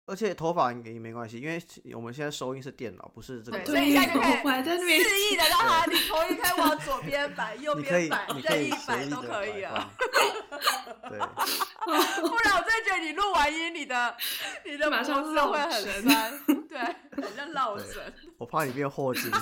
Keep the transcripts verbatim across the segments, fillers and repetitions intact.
而且头发也没关系，因为我们现在收音是电脑，不是这个。 对，所以现在就可以我还在那边肆意的让他，你头也可以往左边摆，右边摆， 你可以任意摆都可以啊。 对， 不然我真的觉得你录完音，你的你的马上脖子会很酸，对，很像落枕。 我怕你变霍金。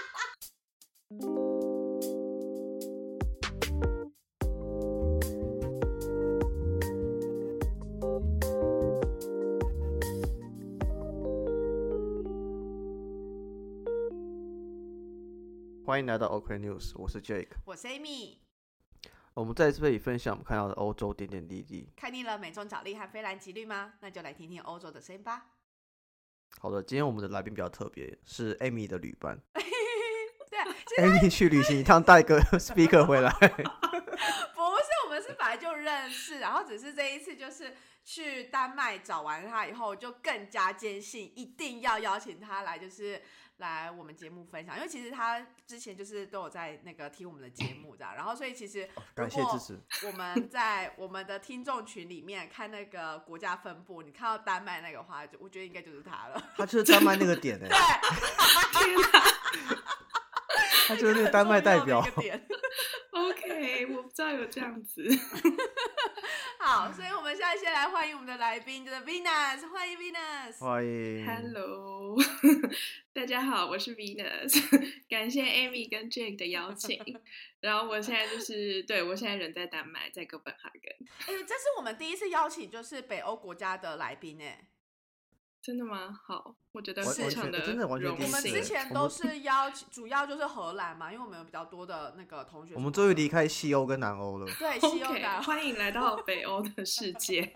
欢迎来到 OK News， 我是 Jake， 我是 Amy。 我们在这里分享我们看到的欧洲点点滴滴。 看腻了美中角力和非蓝即绿吗？那就来听听欧洲的声音吧。 好的，今天我们的来宾比较特别，是 Amy 的旅伴。 对 ，Amy 去旅行一趟，带个 speaker 回来。 不是，我们是本来就认识，然后只是这一次就是去丹麦找完他以后，就更加坚信一定要邀请他来，就是来我们节目分享。因为其实他之前就是都有在那个听我们的节目这样，然后所以其实感谢支持。 我们在我们的听众群里面看那个国家分布，你看到丹麦那个话，我觉得应该就是他了。 他就是丹麦那个点哎、 欸。 他就是那个丹麦代表。 OK， 我不知道有这样子。 好，所以我们现在先来欢迎我们的来宾，就是 Venus， 欢迎 Venus。 欢迎。 Hello， 大家好，我是 Venus， 感谢 Amy 跟 Jake 的邀请。然后我现在就是对我现在人在丹麦，在哥本哈根。 哎、欸，这是我们第一次邀请就是北欧国家的来宾哎。 真的吗？好，我觉得非常的真的完全我们之前都是邀请，主要就是荷兰嘛，因为我们有比较多的那个同学。 我们终于离开西欧跟南欧了。 对，西欧南欧。 Okay, 欢迎来到北欧的世界。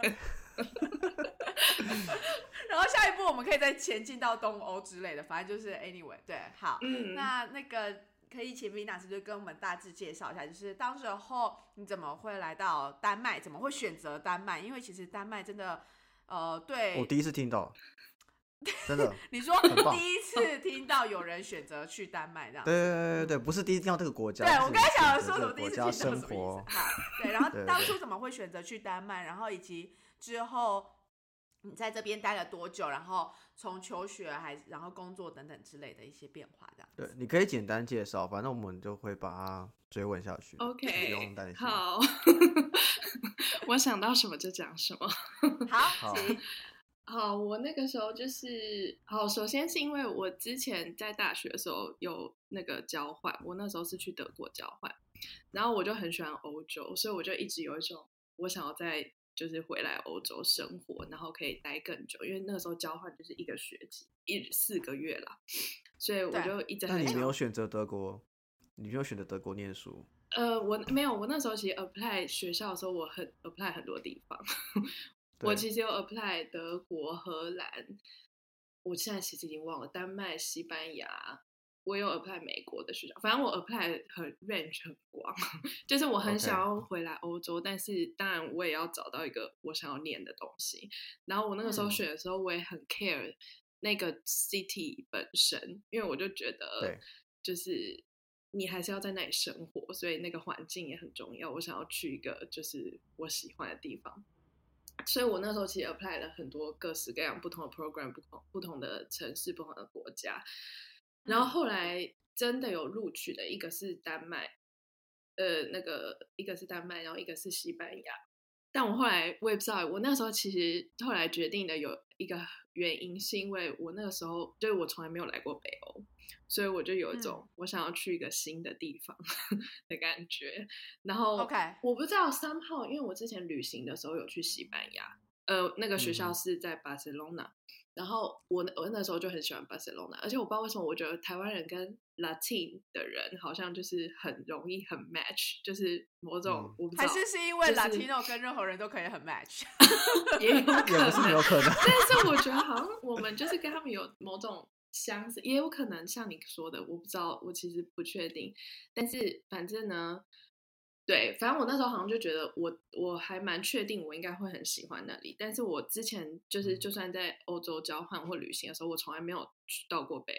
然后下一步我们可以再前进到东欧之类的，反正就是 anyway， 对，好， 嗯、 那那个可以请 Venus 就跟我们大致介绍一下，就是当时候你怎么会来到丹麦，怎么会选择丹麦？因为其实丹麦真的。呃，对， 我第一次听到，真的。 你说第一次听到有人选择去丹麦这样？ 对对对对，不是第一次听到这个国家。 对，我刚才想的说，我第一次听到什么活？ 好，对，然后当初怎么会选择去丹麦？然后以及之后你在这边待了多久？然后从求学还然后工作等等之类的一些变化，这样。 对，你可以简单介绍，反正我们就会把它追问下去。 OK， 不用担心。 好。我想到什么就讲什么。 好， 请。好，我那个时候就是好，首先是因为我之前在大学的时候有那个交换，我那时候是去德国交换，然后我就很喜欢欧洲，所以我就一直有一种我想要在就是回来欧洲生活，然后可以待更久，因为那个时候交换就是一个学期，一四个月啦，所以我就一直很想。 那你没有选择德国？你没有选择德国念书？ 呃，我没有，我那时候其实 apply 学校的时候，我很 apply 很多地方。我其实有 apply 德国、荷兰，我现在其实已经忘了，丹麦、西班牙，我有 apply 美国的学校。反正我 apply 很 range 很广，就是我很想要回来欧洲， okay. 但是当然我也要找到一个我想要念的东西。然后我那个时候选的时候，我也很 care 那个 city 本身，因为我就觉得就是你还是要在那里生活，所以那个环境也很重要。我想要去一个就是我喜欢的地方。所以我那时候其实 apply 了很多各式各样不同的 program， 不同不同的城市，不同的国家。然后后来真的有录取的，一个是丹麦，呃，那个一个是丹麦，然后一个是西班牙。但我后来我也不知道，我那时候其实后来决定的有一个原因，是因为我那个时候就是我从来没有来过北欧，所以我就有一种我想要去一个新的地方的感觉。然后 ，OK， 我不知道 somehow， 因为我之前旅行的时候有去西班牙，呃，那个学校是在巴塞隆纳。嗯，然后我我那时候就很喜欢巴塞隆纳，而且我不知道为什么，我觉得台湾人跟 Latin 的人好像就是很容易很 match， 就是某种、嗯、我不知道， 还是是因为 Latino 跟任何人都可以很 match， 也有可能， 也不是没有可能。 但是我觉得好像我们就是跟他们有某种相似，也有可能像你说的，我不知道，我其实不确定，但是反正呢。对，反正我那时候好像就觉得我我还蛮确定我应该会很喜欢那里，但是我之前就是就算在欧洲交换或旅行的时候，我从来没有去到过北欧，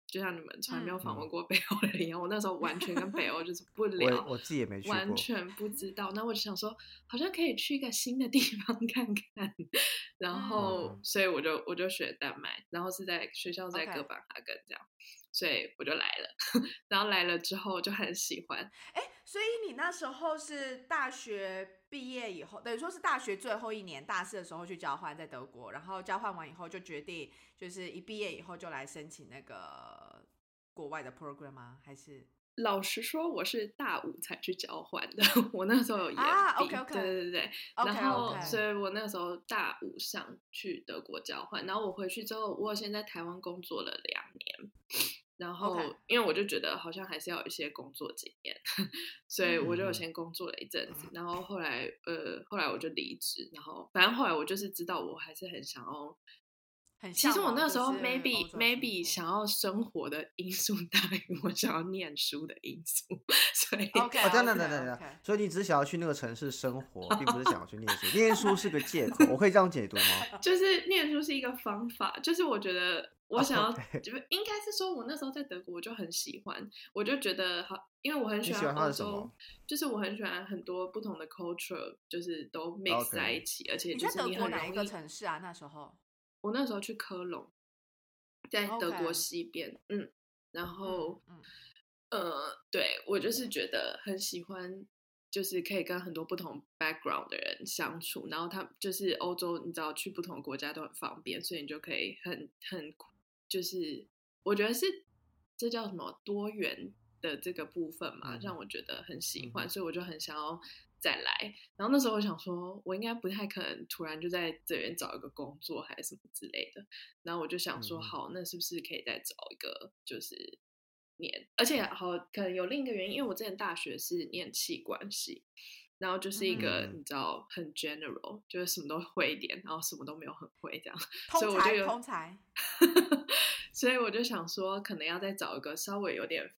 就像你们从来没有访问过北欧的人一样，嗯、我那时候完全跟北欧就是不聊， 我我自己也没去过， 完全不知道。那我就想说，好像可以去一个新的地方看看，然后、嗯、所以我就我就学丹麦，然后是在学校在哥本哈根这样， okay. 所以我就来了。然后来了之后就很喜欢。 哎，所以你那时候是大学毕业以后，等于说是大学最后一年大四的时候去交换在德国，然后交换完以后就决定，就是一毕业以后就来申请那个国外的 program 吗？还是？ 老实说，我是大五才去交换的。我那时候有延毕， 啊 ，OK OK， 对对对， okay, 然后 okay. 所以我那时候大五上去德国交换，然后我回去之后，我先在台湾工作了两年。然后 okay. 因为我就觉得好像还是要有一些工作经验，所以我就有先工作了一阵子，然后后来呃后来我就离职，然后反正后来我就是知道我还是很想要， 很其实我那时候 maybe maybe 想要生活的因素大于我想要念书的因素，所以 OK， 哦，等等等等等，所以你只想要去那个城市生活，并不是想要去念书。念书是个借口，我可以这样解读吗？ 就是念书是一个方法，就是我觉得我想要， okay. 就应该是说我那时候在德国我就很喜欢，我就觉得好，因为我很喜欢欧洲，就是我很喜欢很多不同的 culture， 就是都 mix 在一起， okay. 而且就是你很容易。 你在德国哪一个城市啊？那时候？ 我那时候去科隆，在德国西边， okay. 嗯，然后，嗯嗯、呃，对，我就是觉得很喜欢，就是可以跟很多不同 background 的人相处，然后他就是欧洲，你知道去不同国家都很方便，所以你就可以很很，就是我觉得是这叫什么多元的这个部分嘛，嗯、让我觉得很喜欢，嗯、所以我就很想要再来。然后那时候我想说，我应该不太可能突然就在这边找一个工作还是什么之类的。然后我就想说，好，那是不是可以再找一个就是念？而且好，可能有另一个原因，因为我之前大学是念企管系，然后就是一个、嗯、你知道很 general， 就是什么都会一点，然后什么都没有很会这样。 通才，通才。 所以我就想说，可能要再找一个稍微有点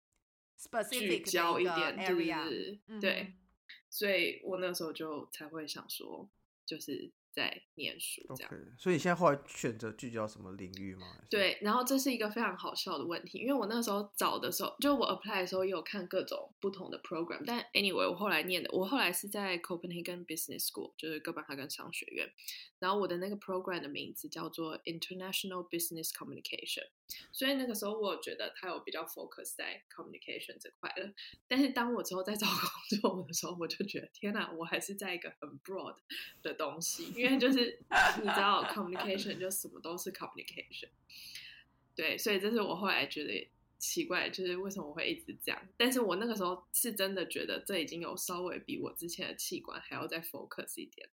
specific 聚焦一点 area， 对对、 嗯、 对，所以我那时候就才会想说，就是在念书这样。 Okay. 所以你现在后来选择聚焦什么领域吗？ 对，然后这是一个非常好笑的问题，因为我那时候找的时候，就我 apply 的时候也有看各种不同的 program， 但 anyway 我后来念的，我后来是在 Copenhagen Business School， 就是哥本哈根商学院，然后我的那个 program 的名字叫做 International Business Communication， 所以那个时候我觉得它有比较 focus 在 communication 这块了，但是当我之后在找工作的时候，我就觉得天哪，我还是在一个很 broad 的东西，因为就是你知道 communication 就什么都是 communication， 对，所以这是我后来觉得奇怪，就是为什么我会一直这样，但是我那个时候是真的觉得这已经有稍微比我之前的气管还要再 focus 一点。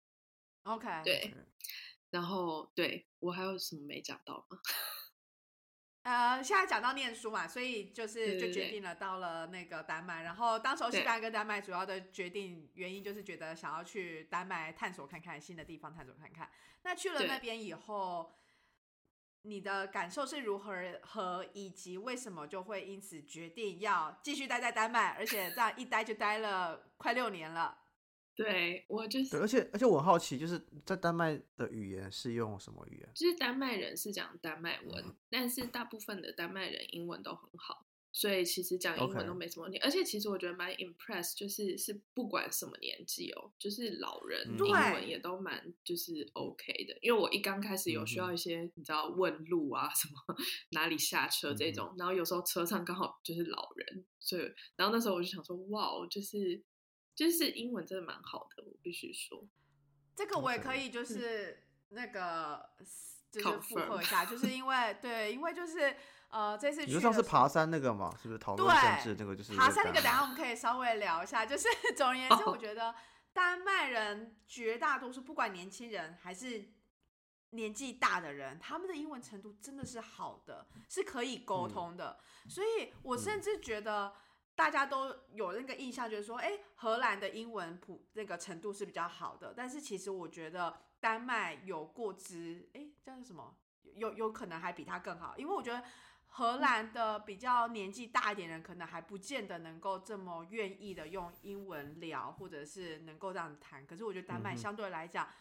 OK， 对，然后对，我还有什么没讲到吗？ 呃，现在讲到念书嘛，所以就是就决定了到了那个丹麦，然后当时候西班牙跟丹麦主要的决定原因就是觉得想要去丹麦探索看看新的地方，探索看看。那去了那边以后，你的感受是如何和以及为什么就会因此决定要继续待在丹麦，而且这样一待就待了快六年了。 对，我就是对，而且而且我很好奇，就是在丹麦的语言是用什么语言？ 就是丹麦人是讲丹麦文，嗯、但是大部分的丹麦人英文都很好，所以其实讲英文都没什么问题。Okay. 而且其实我觉得蛮 impress， 就是是不管什么年纪哦，就是老人英文也都蛮就是 OK 的。因为我一刚开始有需要一些、嗯、你知道问路啊什么哪里下车这种、嗯，然后有时候车上刚好就是老人，所以然后那时候我就想说，哇，就是。就是英文真的蛮好的，我必须说。 这个我也可以，就是那个，就是附和一下，就是因为对，因为就是呃，这次去你就上次爬山那个嘛，是不是讨论政治那个？就是爬山那个，等一下我们可以稍微聊一下。就是总而言之，我觉得丹麦人绝大多数，不管年轻人还是年纪大的人，他们的英文程度真的是好的，是可以沟通的。嗯、所以我甚至觉得。大家都有那个印象，就是说，哎，荷兰的英文普那个程度是比较好的，但是其实我觉得丹麦有过之，哎，叫什么？有有可能还比它更好，因为我觉得荷兰的比较年纪大一点的人，可能还不见得能够这么愿意的用英文聊，或者是能够这样谈。可是我觉得丹麦相对来讲，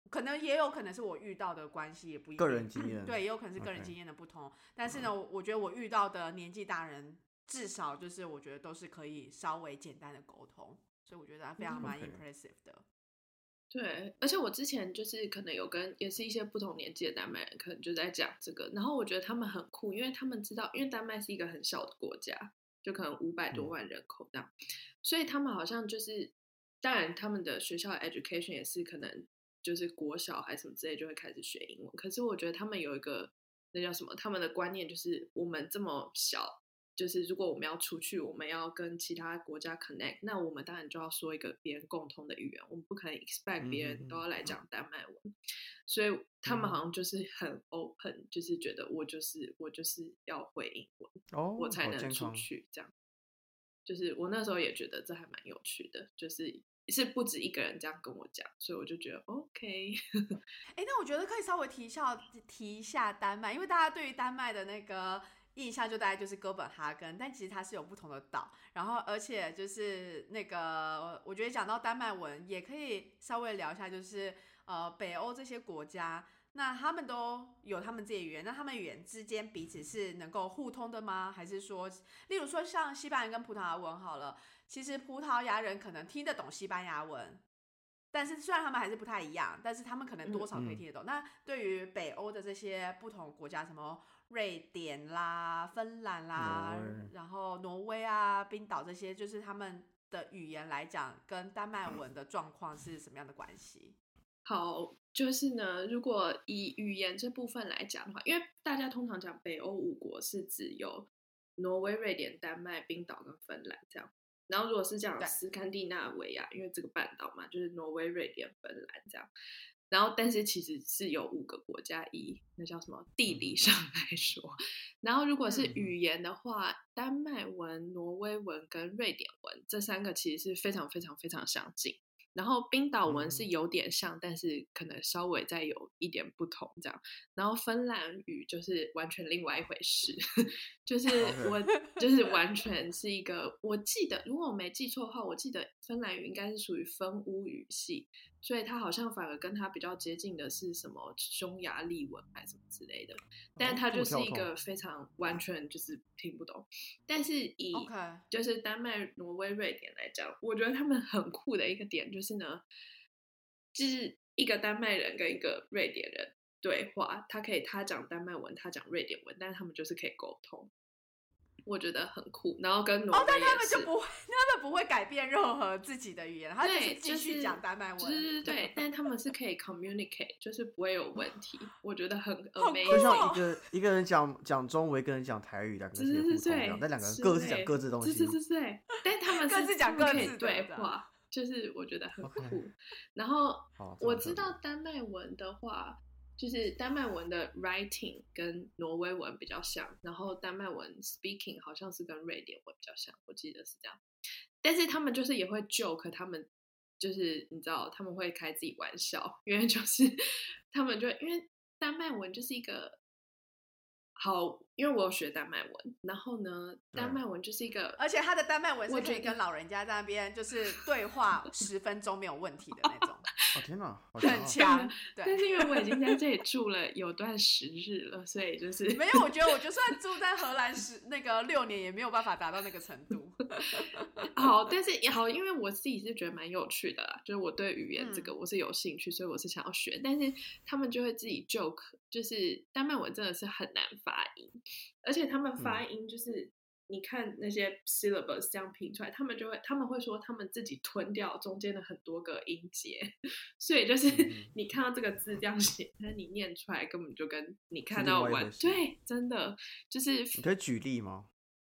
可能也有可能是我遇到的关系，也不一定个人经验， 对，也有可能是个人经验的不同。Okay. 但是呢，嗯，我觉得我遇到的年纪大人，至少就是我觉得都是可以稍微简单的沟通，所以我觉得非常蛮 impressive 的。 Okay. 对，而且我之前就是可能有跟也是一些不同年纪的丹麦人，可能就在讲这个，然后我觉得他们很酷，因为他们知道，因为丹麦是一个很小的国家，就可能五百多万人口这样，嗯，所以他们好像就是，当然他们的学校的 education 也是可能就是国小还是什么之类就会开始学英文，可是我觉得他们有一个那叫什么，他们的观念就是我们这么小。就是如果我们要出去，我们要跟其他国家 connect， 那我们当然就要说一个别人共同的语言，我们不可能 expect 别人都要来讲丹麦文，嗯，所以他们好像就是很 open， 就是觉得我就是我就是要会英文， 哦， 我才能出去这样。就是我那时候也觉得这还蛮有趣的，就是是不止一个人这样跟我讲，所以我就觉得 OK。 哎，那我觉得可以稍微提一下提一下丹麦，因为大家对于丹麦的那个印象就大概就是哥本哈根，但其实它是有不同的岛，然后而且就是那个，我觉得讲到丹麦文也可以稍微聊一下，就是呃北欧这些国家，那他们都有他们自己的语言，那他们语言之间彼此是能够互通的吗？还是说，例如说像西班牙跟葡萄牙文好了，其实葡萄牙人可能听得懂西班牙文，但是虽然他们还是不太一样，但是他们可能多少可以听得懂。嗯、那对于北欧的这些不同国家，什么瑞典啦、芬兰啦，然后挪威啊、冰岛这些，就是他们的语言来讲，跟丹麦文的状况是什么样的关系？ 好，就是呢，如果以语言这部分来讲的话，因为大家通常讲北欧五国是只有挪威、瑞典、丹麦、冰岛跟芬兰这样。然后如果是讲斯堪的纳维亚，因为这个半岛嘛，就是挪威、瑞典、芬兰这样。然后，但是其实是有五个国家，以那叫什么地理上来说。然后，如果是语言的话，丹麦文、挪威文跟瑞典文这三个其实是非常非常非常相近。然后冰岛文是有点像，嗯、但是可能稍微再有一点不同这样。然后芬兰语就是完全另外一回事，就是我就是完全是一个，我记得如果我没记错的话，我记得芬兰语应该是属于芬乌语系，所以它好像反而跟它比较接近的是什么匈牙利文还是什么之类的，但是它就是一个非常完全就是听不懂。但是以就是丹麦、挪威、瑞典来讲，我觉得他们很酷的一个点就是呢，就是一个丹麦人跟一个瑞典人对话，他可以他讲丹麦文，他讲瑞典文，但是他们就是可以沟通。我觉得很酷，然后跟挪威也是，哦， 但他们就不会，他们不会改变任何自己的语言，他就是继续讲丹麦文， 对，就是、对，但他们是可以 communicate， 就是不会有问题，我觉得很 amazing。 就像一个一个人讲讲中文，一个人讲台语，两个人可以互通这样，但两个人各自讲各自东西， 对对对对，但他们是各自讲各自可以对话，就是我觉得很酷。Okay. 然后我知道丹麦文的话。就是丹麦文的 writing 跟挪威文比较像，然后丹麦文 speaking 好像是跟瑞典文比较像，我记得是这样。但是他们就是也会 joke， 他们就是你知道他们会开自己玩笑，因为就是他们就因为丹麦文就是一个好，因为我有学丹麦文，然后呢，丹麦文就是一个， 而且他的丹麦文是可以跟老人家在那边就是对话十分钟没有问题的那种。 哦天哪， 很强。对， 但是因为我已经在这里住了有段时日了，所以就是没有。我觉得我就算住在荷兰十那个六年，也没有办法达到那个程度。 好，但是也好，因为我自己是觉得蛮有趣的啦，就是我对语言这个我是有兴趣，嗯、所以我是想要学。但是他们就会自己 joke， 就是丹麦文真的是很难发音，而且他们发音就是。嗯你看那些 syllabus 这样拼出来，他们就会他们会说他们自己吞掉中间的很多个音节，所以就是你看到这个字这样写，但是你念出来根本就跟你看到完对，真的就是你可以举例吗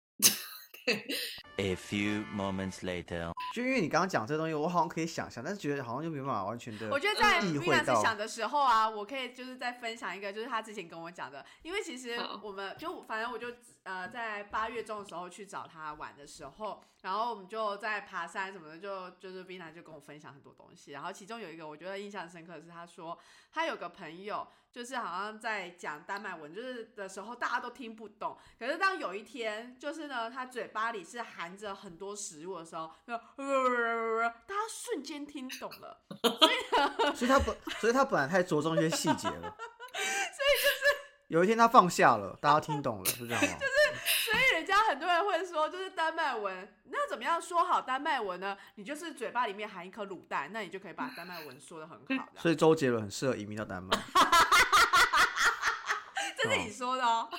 ？A few moments later， 就因为你刚刚讲这东西，我好像可以想象，但是觉得好像就没办法完全的。 我觉得在 Venus 想的时候啊，我可以就是再分享一个，就是他之前跟我讲的，因为其实我们就反正我就呃在八月中的时候去找他玩的时候，然后我们就在爬山什么的，就就是 Venus 就跟我分享很多东西，然后其中有一个我觉得印象深刻的是，他说他有个朋友就是好像在讲丹麦文，就是的时候大家都听不懂。可是当有一天，就是呢，他嘴巴里是含着很多食物的时候，就大家瞬间听懂了。所以呢， 所以他本所以他本来太着重一些细节了，所以就是有一天他放下了，大家听懂了，是这样吗？ 就是。所以人家很多人会说，就是丹麦文，那怎么样说好丹麦文呢？你就是嘴巴里面含一颗卤蛋，那你就可以把丹麦文说得很好。 所以周杰伦很适合移民到丹麦。 这是你说的哦。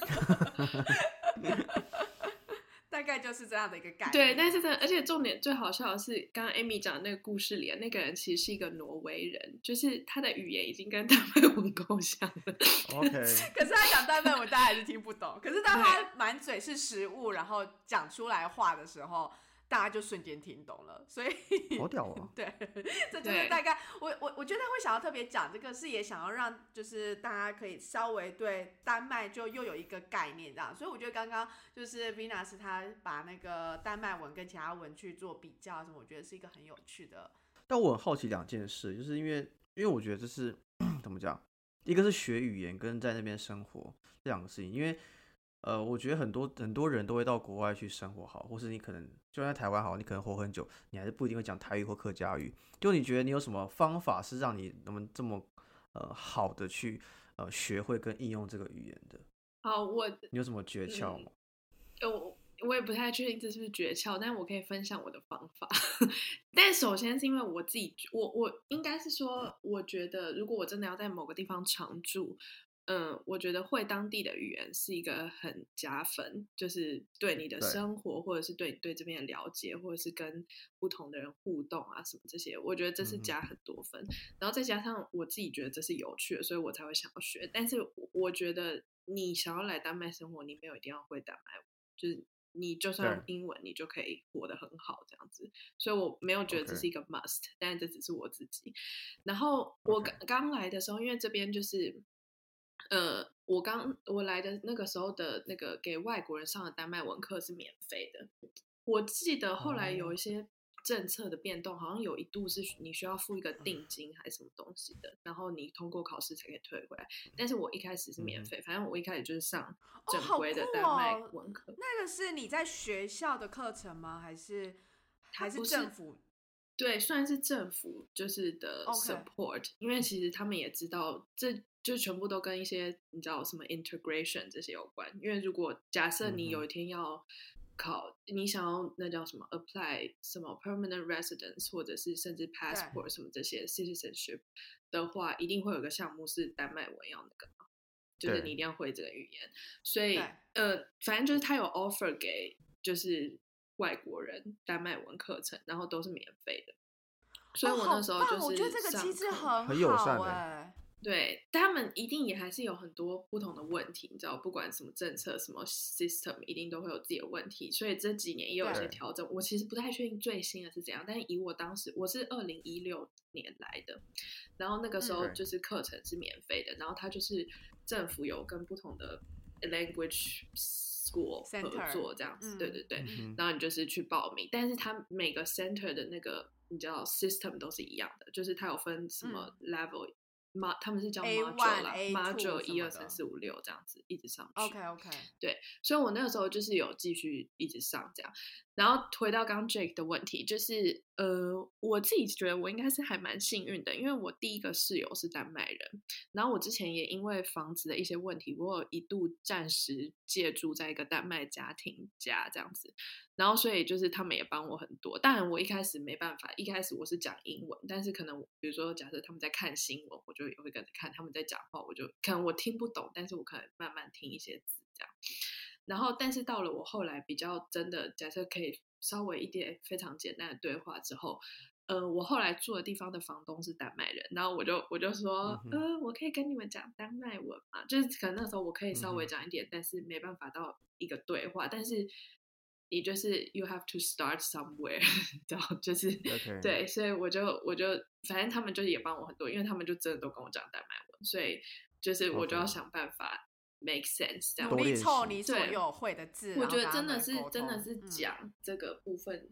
大概就是这样的一个概念。 对，但是真的，而且重点最好笑的是，刚刚 Amy 讲的那个故事里，那个人其实是一个挪威人，就是他的语言已经跟丹麦文够像了。 OK。 可是他讲丹麦文，大家还是听不懂。可是当他满嘴是食物，然后讲出来话的时候，大家就瞬间听懂了。所以好屌啊！ 对，这就是大概我我我觉得会想要特别讲这个，是也想要让就是大家可以稍微对丹麦就又有一个概念这样。所以我觉得刚刚就是 Venus 他把那个丹麦文跟其他文去做比较什么，我觉得是一个很有趣的。 但我很好奇两件事，就是因为因为我觉得这是怎么讲，一个是学语言跟在那边生活这两个事情，因为。呃，我觉得很多很多人都会到国外去生活好，或是你可能就在台湾好，你可能活很久，你还是不一定会讲台语或客家语。就你觉得你有什么方法是让你能这么呃好的去呃学会跟应用这个语言的？ 好，我你有什么诀窍吗？ 嗯、我我也不太确定这是不是诀窍，但我可以分享我的方法。但首先是因为我自己，我我应该是说，我觉得如果我真的要在某个地方常住。嗯，我觉得会当地的语言是一个很加分，就是对你的生活，或者是对你对这边的了解，或者是跟不同的人互动啊什么这些，我觉得这是加很多分。嗯、然后再加上我自己觉得这是有趣的，所以我才会想要学。但是我觉得你想要来丹麦生活，你没有一定要会丹麦文，就是你就算用英文，你就可以活得很好这样子。所以我没有觉得这是一个 must， 但这只是我自己。然后我刚来的时候，因为这边就是。呃，我刚我来的那个时候的那个给外国人上的丹麦文课是免费的。我记得后来有一些政策的变动，好像有一度是你需要付一个定金还是什么东西的，然后你通过考试才可以退回来。但是我一开始是免费，反正我一开始就是上正规的丹麦文课。 哦哦、那个是你在学校的课程吗？还是还是政府？ 对，算是政府就是的 support，、okay. 因为其实他们也知道这。就全部都跟一些你知道什么 integration 这些有关，因为如果假设你有一天要考，嗯、你想要那叫什么 apply 什么 permanent residence 或者是甚至 passport 什么这些 citizenship 的话，一定会有个项目是丹麦文要那个嘛，就是你一定要会这个语言，所以呃，反正就是他有 offer 给就是外国人丹麦文课程，然后都是免费的，所以我那时候就是上课、 哦、我觉得这个机制很很友善哎。 对，他们一定也还是有很多不同的问题，你知道，不管什么政策、什么 system， 一定都会有自己的问题。所以这几年也有一些调整。我其实不太确定最新的是怎样，但是以我当时，我是二零一六年来的，然后那个时候就是课程是免费的，嗯、然后它就是政府有跟不同的 language school 合作这样子，对对对，嗯、然后你就是去报名，但是它每个 center 的那个你知道 system 都是一样的，就是它有分什么 level。嗯他们是叫 module 啦 module 一二三四五六这样子一直上去 OK OK 对，所以我那个时候就是有继续一直上这样，然后回到刚刚 Jake 的问题，就是呃我自己觉得我应该是还蛮幸运的，因为我第一个室友是丹麦人，然后我之前也因为房子的一些问题，我有一度暂时借住在一个丹麦家庭家这样子，然后所以就是他们也帮我很多，当然我一开始没办法，一开始我是讲英文，但是可能比如说假设他们在看新闻，我就也会跟着看，他们在讲话，我就可能我听不懂，但是我可能慢慢听一些字这样，然后但是到了我后来比较真的假设可以稍微一点非常简单的对话之后，呃，我后来住的地方的房东是丹麦人，然后我就我就说，嗯、呃，我可以跟你们讲丹麦文嘛，就是可能那时候我可以稍微讲一点，嗯、但是没办法到一个对话，但是你就是 you have to start somewhere 然后就是、okay. 对，所以我就我就反正他们就是也帮我很多，因为他们就真的都跟我讲丹麦文，所以就是我就要想办法 make sense 这样， 努力凑你所有会的字， 我觉得真的是真的是讲这个部分、嗯、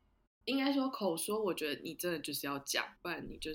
应该说口说，我觉得你真的就是要讲，不然你就是、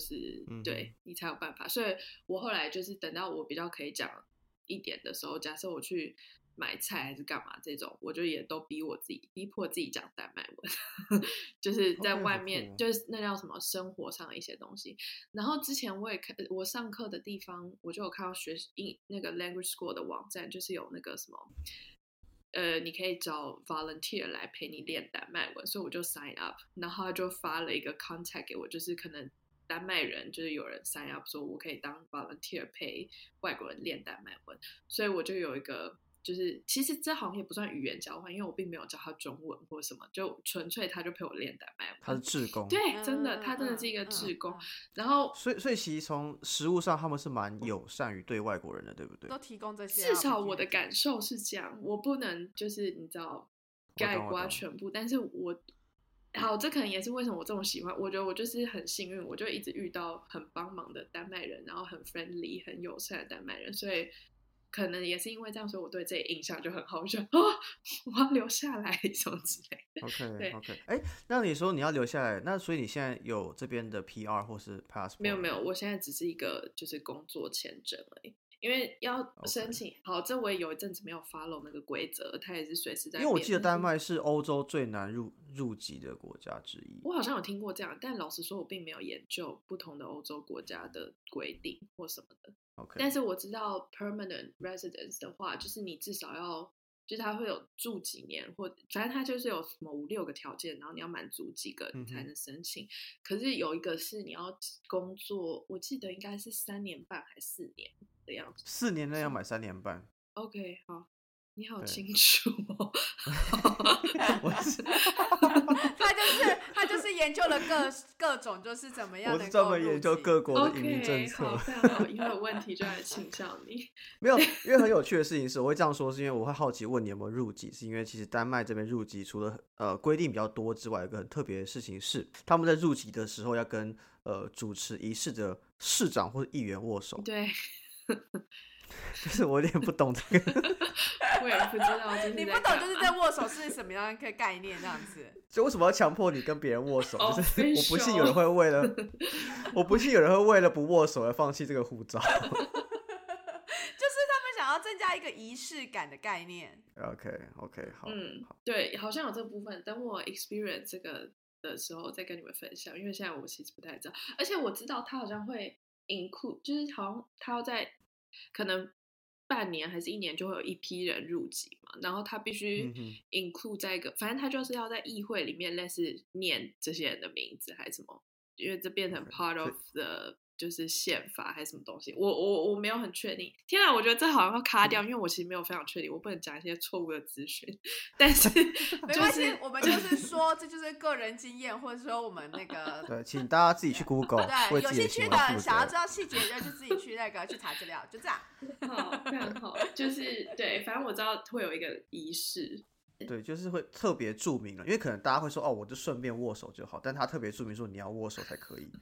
嗯、 对你才有办法。所以我后来就是等到我比较可以讲一点的时候，假设我去买菜还是干嘛这种，我就也都逼我自己，逼迫自己讲丹麦文，就是在外面 okay, 就是那叫什么生活上的一些东西。然后之前我也看我上课的地方，我就有看到学那个 language school 的网站，就是有那个什么。呃，你可以找 volunteer 来陪你练丹麦文，所以我就 sign up， 然后他就发了一个 contact 给我，就是可能丹麦人就是有人 sign up 说我可以当 volunteer 陪外国人练丹麦文，所以我就有一个就是其实这好像也不算语言交换，因为我并没有教他中文或什么，就纯粹他就陪我练丹麦文。 他是志工， 对，真的，他真的是一个志工。 嗯嗯嗯、 然后， 所以所以其实从实务上他们是蛮友善于对外国人的，对不对？ 都提供这些， 至少我的感受是这样，我不能就是你知道概括全部，但是我好，这可能也是为什么我这么喜欢。我觉得我就是很幸运，我就一直遇到很帮忙的丹麦人，然后很 friendly 很友善的丹麦人，所以可能也是因为这样，所以我对这印象就很好。我觉得啊，我要留下来什么之类的。 OK OK， 哎，那你说你要留下来，那所以你现在有这边的 P R 或是 passport？ 没有没有，我现在只是一个就是工作签证而已。因为要申请， okay. 好，这我也有一阵子没有 follow 那个规则，它也是随时在变。 因为我记得丹麦是欧洲最难入入籍的国家之一。 我好像有听过这样，但老实说，我并没有研究不同的欧洲国家的规定或什么的。 Okay. 但是我知道 permanent residence 的话，就是你至少要，就是他会有住几年，或反正他就是有什么五六个条件，然后你要满足几个你才能申请。嗯、可是有一个是你要工作，我记得应该是三年半还是四年。的样子， 四年内要买三年半。 OK， 好，你好清楚哦。 我是他就是他就是研究了各各种就是怎么样能够入籍， 我是专门研究各国的移民政策。 Okay, 好，非常好，以后有问题就来请教你。 没有，因为很有趣的事情是，我会这样说，是因为我会好奇问你有没有入籍，是因为其实丹麦这边入籍除了呃规定比较多之外，有一个很特别的事情是，他们在入籍的时候要跟呃主持仪式的市长或者议员握手。 对。 就是我有点不懂这个， 我也不知道这是你不懂就是在握手是什么样的概念这样子。 就为什么要强迫你跟别人握手？ oh, 就是我不信有人会为了我不信有人会为了不握手而放弃这个护照。 就是他们想要增加一个仪式感的概念。 OK OK 好， 嗯，对，好像有这部分，等我 experience 这个的时候再跟你们分享，因为现在我其实不太知道，而且我知道他好像会 include， 就是好像他要在可能半年还是一年就会有一批人入籍嘛，然后他必须 include 在一个，反正他就是要在议会里面类似念这些人的名字还是什么，因为这变成 part of the 就是宪法还是什么东西，我我我没有很确定。天啊，我觉得这好像要卡掉，因为我其实没有非常确定，我不能讲一些错误的资讯。但是没关系，我们就是说这就是个人经验，或者说我们那个对，请大家自己去 Google， 对，有兴趣的想要知道道细节的就自己去那个去查资料，就这样。 好，非常好，就是对，反正我知道会有一个仪式。 对，就是会特别注明了，因为可能大家会说哦，我就顺便握手就好，但他特别注明说你要握手才可以。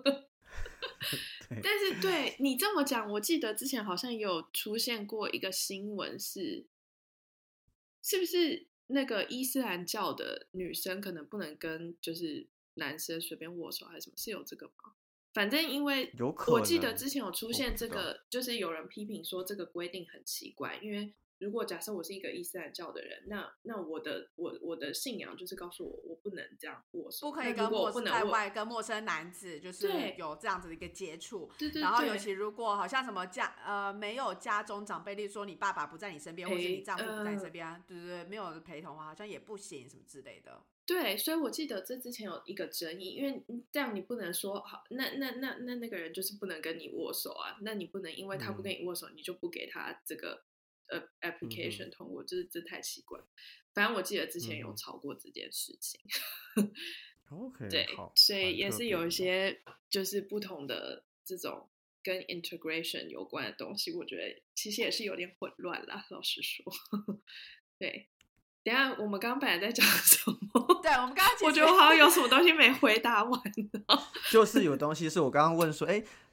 但是对你这么讲，我记得之前好像有出现过一个新闻是，是不是那个伊斯兰教的女生可能不能跟就是男生随便握手还是什么？是有这个吗？反正因为我记得之前有出现这个，就是有人批评说这个规定很奇怪，因为如果假设我是一个伊斯兰教的人，那那我的我我的信仰就是告诉我，我不能这样握手， 不可以跟陌生在外跟陌生男子就是有这样子的一个接触。 对对对。 然后尤其如果好像什么家呃没有家中长辈，例如说你爸爸不在你身边，或是你丈夫不在你身边、呃，对对对，没有陪同的话，好像也不行什么之类的。 对，所以我记得这之前有一个争议，因为这样你不能说好，那那那那那个人就是不能跟你握手啊，那你不能因为他不跟你握手，嗯、你就不给他这个。呃 application 通过，就是这太奇怪。反正我记得之前有吵过这件事情。 OK， 对，所以也是有一些就是不同的这种跟 integration 有关的东西，我觉得其实也是有点混乱啦，老实说。对，等一下我们刚刚本来在讲什么？ 对，我们刚刚我觉得我好像有什么东西没回答完。 就是有东西是我刚刚问说，哎、欸。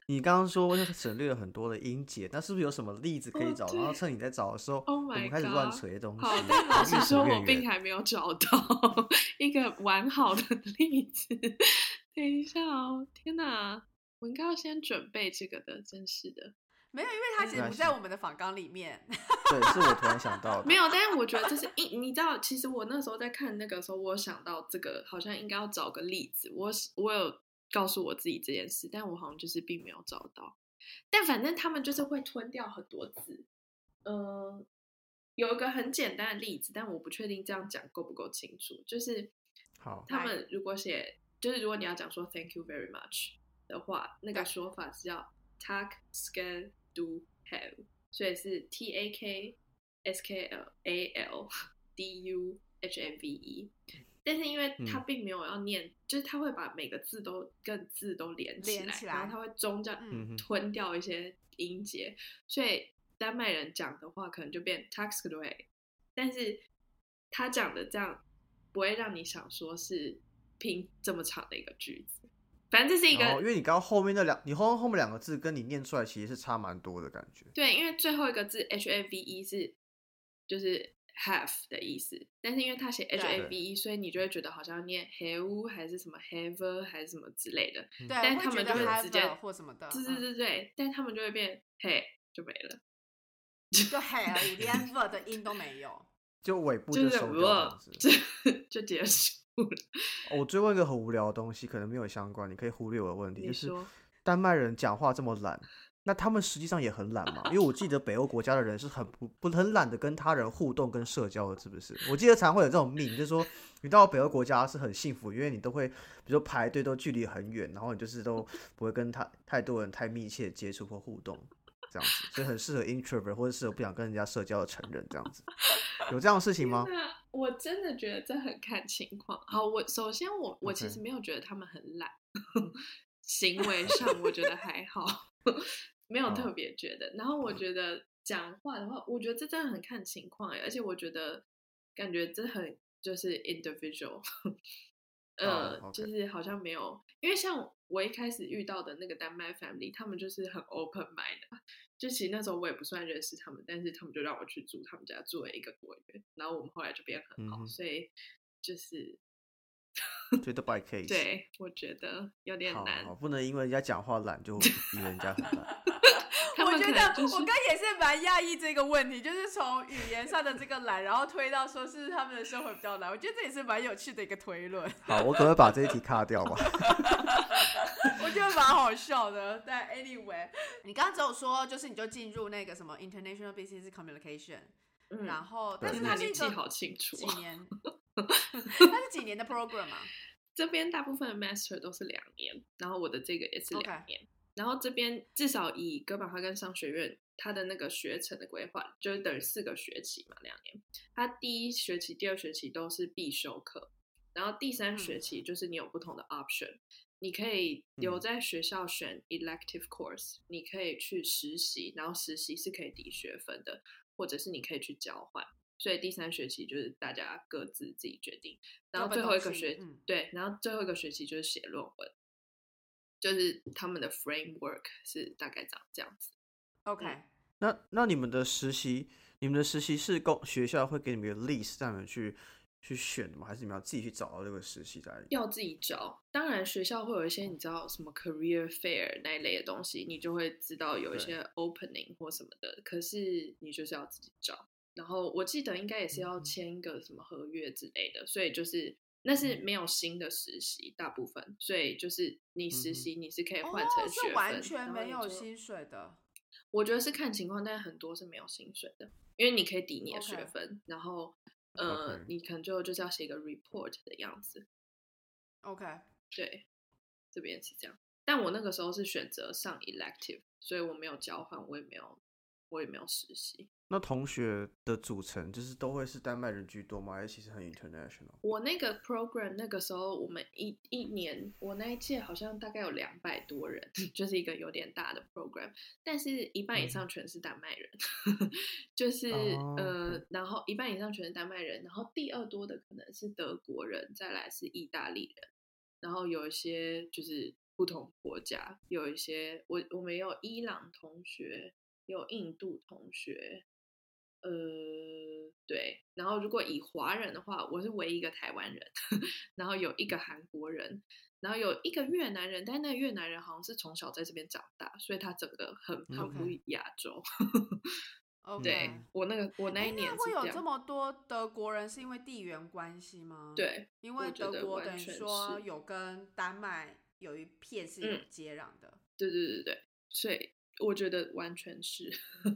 你刚刚说省略了很多的音节，那是不是有什么例子可以找？ 哦、 然后趁你在找的时候， Oh 我 my 们开始乱锤东西。 好，但老实说，我并还还没有找到一个完好的例子。等一下哦，天哪，我应该要先准备这个的，真是的。 没有，因为它其实不在我们的访纲里面。 对，是我突然想到的。 没有，但是我觉得这是你你知道，其实我那时候在看那个时候，我有想到这个好像应该要找个例子。我我有告诉我自己这件事，但我好像就是并没有找到。但反正他们就是会吞掉很多字。嗯、呃，有一个很简单的例子，但我不确定这样讲够不够清楚。就是好， 他们如果写，就是如果你要讲说 Thank you very much 的话，那个说法是叫 Tak skal du have， 所以是 T A K S K L A L D U H A V E。但是因为他并没有要念，嗯、就是他会把每个字都跟字都连起来， 连起来然后他会中间吞掉一些音节，嗯、所以丹麦人讲的话可能就变 tax g r a y， 但是他讲的这样不会让你想说是拼这么长的一个句子。反正这是一个， 哦、因为你刚刚后面那两，你后后面两个字跟你念出来其实是差蛮多的感觉。 对，因为最后一个字 H A V E 是就是。have 的意思，但是因为他写 H A V E， 所以你就会觉得好像念 have 还是什么 have 还是什么之类的， 对， 但他们就会直接或什么的， 对对对对，但他们就会变 hey 就没了， 就 hey 而已，连 v 的音都没有， 就尾部就收掉， 就就结束了。 我追问一个很无聊的东西，可能没有相关，你可以忽略我的问题，就是说丹麦人讲话这么懒。那他们实际上也很懒嘛？因为我记得北欧国家的人是很不不很懒得跟他人互动跟社交的，是不是？我记得常会有这种命，就是说你到北欧国家是很幸福，因为你都会，比如说排队都距离很远，然后你就是都不会跟他太多人太密切接触或互动，这样子，所以很适合 introvert 或者适合不想跟人家社交的成人这样子。有这样的事情吗？ 我真的觉得这很看情况。好，我首先我我其实没有觉得他们很懒， okay. 行为上我觉得还好。没有特别觉得，然后我觉得讲话的话，我觉得这真的很看情况哎，而且我觉得感觉这很就是 individual， 呃， oh, okay. 就是好像没有，因为像我一开始遇到的那个丹麦 family， 他们就是很 open mind， 就其实那时候我也不算认识他们，但是他们就让我去住他们家住了一个多月，然后我们后来就变很好，嗯、所以就是觉得 by case， 对，我觉得有点难， 好好不能因为人家讲话懒就以为人家很懒。 我觉得我刚也是蛮讶异这个问题，就是从语言上的这个懒，然后推到说是他们的生活比较懒，我觉得这也是蛮有趣的一个推论。 好，我可不可以把这一题卡掉吧？ 我觉得蛮好笑的。但 anyway， 你刚刚只有说就是你就进入那个什么 International Business Communication，嗯、然后但是它是一个记好清楚几年，它是几年的 program 啊？ 这边大部分的 master 都是两年，然后我的这个也是两年。Okay.然后这边至少以哥本哈根商学院它的那个学程的规划，就是等于四个学期嘛，两年。它第一学期、第二学期都是必修课，然后第三学期就是你有不同的 option，、嗯、你可以留在学校选 elective course，、嗯、你可以去实习，然后实习是可以抵学分的，或者是你可以去交换。所以第三学期就是大家各自自己决定，然后最后一个学、嗯、对，然后最后一个学期就是写论文。就是他们的 framework 是大概长这样子。 OK，、 嗯、 那那你们的实习，你们的实习是公学校会给你们一个 list 让你们去去选的吗？还是你们要自己去找到这个实习在里？ 要自己找。当然学校会有一些你知道什么 career fair 那一类的东西，你就会知道有一些 opening 或什么的。可是你就是要自己找。然后我记得应该也是要签一个什么合约之类的，所以就是。那是没有新的实习，大部分，所以就是你实习你是可以换成学分， 哦、是完全没有薪水的。 我觉得是看情况，但是很多是没有薪水的，因为你可以抵你的学分， okay. 然后呃， okay. 你可能就就是要写一个 report 的样子。 OK， 对，这边是这样。但我那个时候是选择上 elective， 所以我没有交换，我也没有，我也没有实习。 那同学的组成就是都会是丹麦人居多吗？还是其实很 international？ 我那个 program 那个时候我们一一年，我那一届好像大概有两百多人，就是一个有点大的 program， 但是一半以上全是丹麦人，嗯、就是、哦、呃，然后一半以上全是丹麦人，然后第二多的可能是德国人，再来是意大利人，然后有一些就是不同国家，有一些我我们有伊朗同学，有印度同学，呃，对，然后如果以华人的话，我是唯一一个台湾人，然后有一个韩国人，然后有一个越南人，但那个越南人好像是从小在这边长大，所以他整个很很不亚洲。 OK， 对我那个我那一年那会有这这么多德国人，是因为地缘关系吗？ 对， 因为德国等于说是有跟丹麦有一片是有接壤的。 嗯、对对对对，所以我觉得完全是。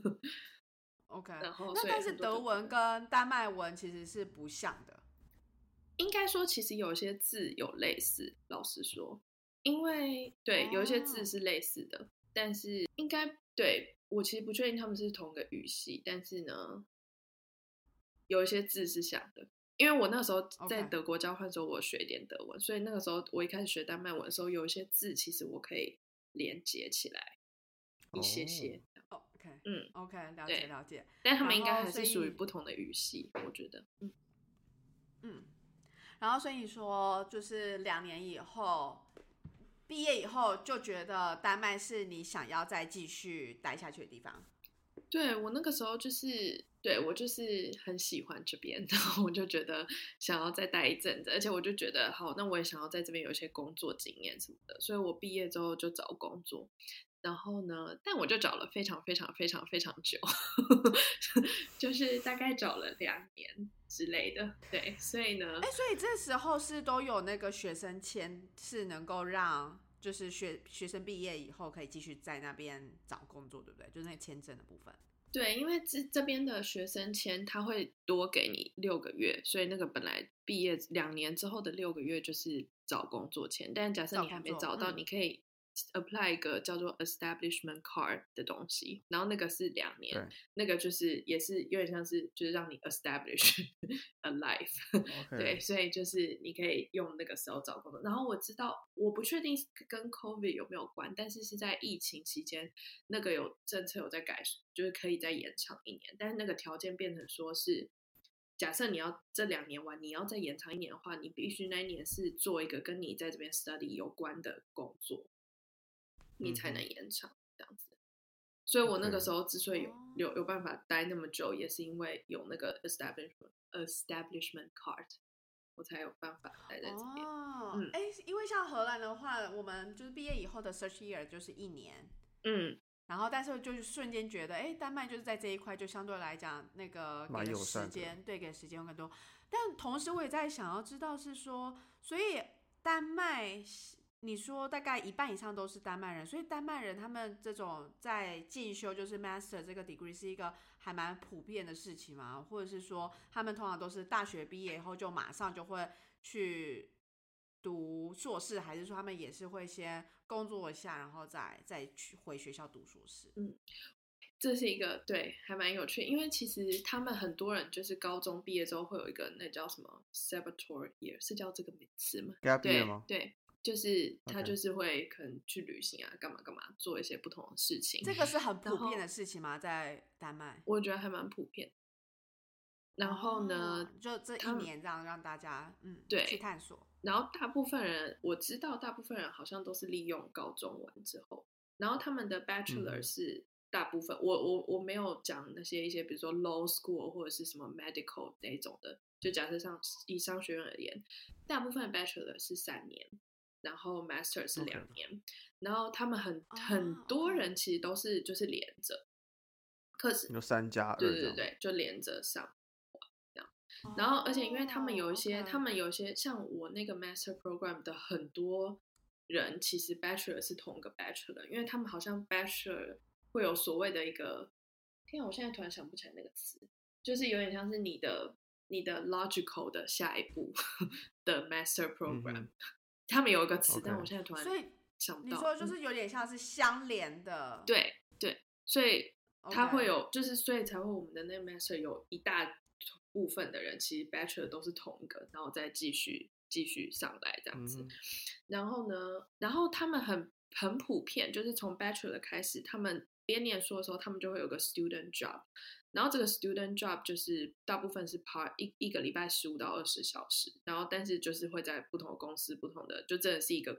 OK， 然后那但是德文跟丹麦文其实是不像的。 应该说，其实有些字有类似，老实说，因为对、哦、有一些字是类似的，但是应该对我其实不确定他们是同个语系，但是呢，有一些字是像的。因为我那时候在德国交换的时候，我学一点德文， okay. 所以那个时候我一开始学丹麦文的时候，有一些字其实我可以连接起来一些些。 哦、oh. ，OK， 嗯 ，OK， 了解了解。 但他们应该还是属于不同的语系，我觉得。嗯嗯。然后所以说，就是两年以后毕业以后，就觉得丹麦是你想要再继续待下去的地方。 对，我那个时候就是对我就是很喜欢这边，然后我就觉得想要再待一阵子，而且我就觉得好，那我也想要在这边有一些工作经验什么的，所以我毕业之后就找工作。然后呢，但我就找了非常非常非常非常久，就是大概找了两年之类的。对，所以呢， 哎，所以这时候是都有那个学生签，是能够让就是学学生毕业以后可以继续在那边找工作，对不对？就是那个签证的部分。 对，因为这这边的学生签他会多给你六个月，所以那个本来毕业两年之后的六个月就是找工作签，但假设你还没找到， 嗯、 你可以apply 一个叫做 establishment card 的东西，然后那个是两年，那个就是也是有点像是就是让你 establish a life， 对，所以就是你可以用那个时候找工作。然后我知道我不确定跟 COVID 有没有关，但是是在疫情期间那个有政策有在改，就是可以再延长一年，但是那个条件变成说是假设你要这两年完，你要再延长一年的话，你必须那一年是做一个跟你在这边 study 有关的工作。你才能延长这样子，所以我那个时候之所以有、okay. 有有办法待那么久，也是因为有那个 establishment establishment card， 我才有办法待在这边。 哦，嗯，哎，因为像荷兰的话，我们就是毕业以后的 search year 就是一年， 嗯， 然后但是就是瞬间觉得，哎，丹麦就是在这一块就相对来讲那个给的时间，对，给时间更多。但同时我也在想要知道是说，所以丹麦。你说大概一半以上都是丹麦人，所以丹麦人他们这种在进修就是 master 这个 degree 是一个还蛮普遍的事情吗？或者是说他们通常都是大学毕业以后就马上就会去读硕士，还是说他们也是会先工作一下，然后再再去回学校读硕士？ 嗯，这是一个对，还蛮有趣，因为其实他们很多人就是高中毕业之后会有一个那叫什么 sabbatical year， 是叫这个名词吗？ 对吗？ 对。就是他就是会可能去旅行啊，干嘛干嘛，做一些不同的事情。 这个是很普遍的事情吗？在丹麦？ 我觉得还蛮普遍。然后呢， 哦、就这一年这样让大家嗯对去探索。 然后大部分人我知道，大部分人好像都是利用高中完之后，然后他们的 bachelor 是大部分，嗯、我我我没有讲那些一些比如说 law school 或者是什么 medical 那种的，就假设上以商学院而言，大部分的 bachelor 是三年。然后 master 是两年， okay. 然后他们很、oh, 很多人其实都是就是连着，可是有三加二， 对对对，就连着上这样。Oh, 然后而且因为他们有一些， okay. 他们有一些像我那个 master program 的很多人，其实 bachelor 是同一个 bachelor， 因为他们好像 bachelor 会有所谓的一个，天啊，我现在突然想不起来那个词，就是有点像是你的你的 logical 的下一步的 master program。嗯，他们有一个词， okay. 但我现在突然想不到。 你说就是有点像是相连的， 嗯、对对，所以他会有， okay. 就是所以才会我们的那个 master 有一大部分的人，其实 bachelor 都是同一个，然后再继续继续上来这样子。嗯、然后呢，然后他们很很普遍，就是从 bachelor 开始，他们边念书的时候，他们就会有个 student job。然后这个 student job 就是大部分是 part 一一个礼拜十五到二十小时，然后但是就是会在不同的公司、不同的，就真的是一个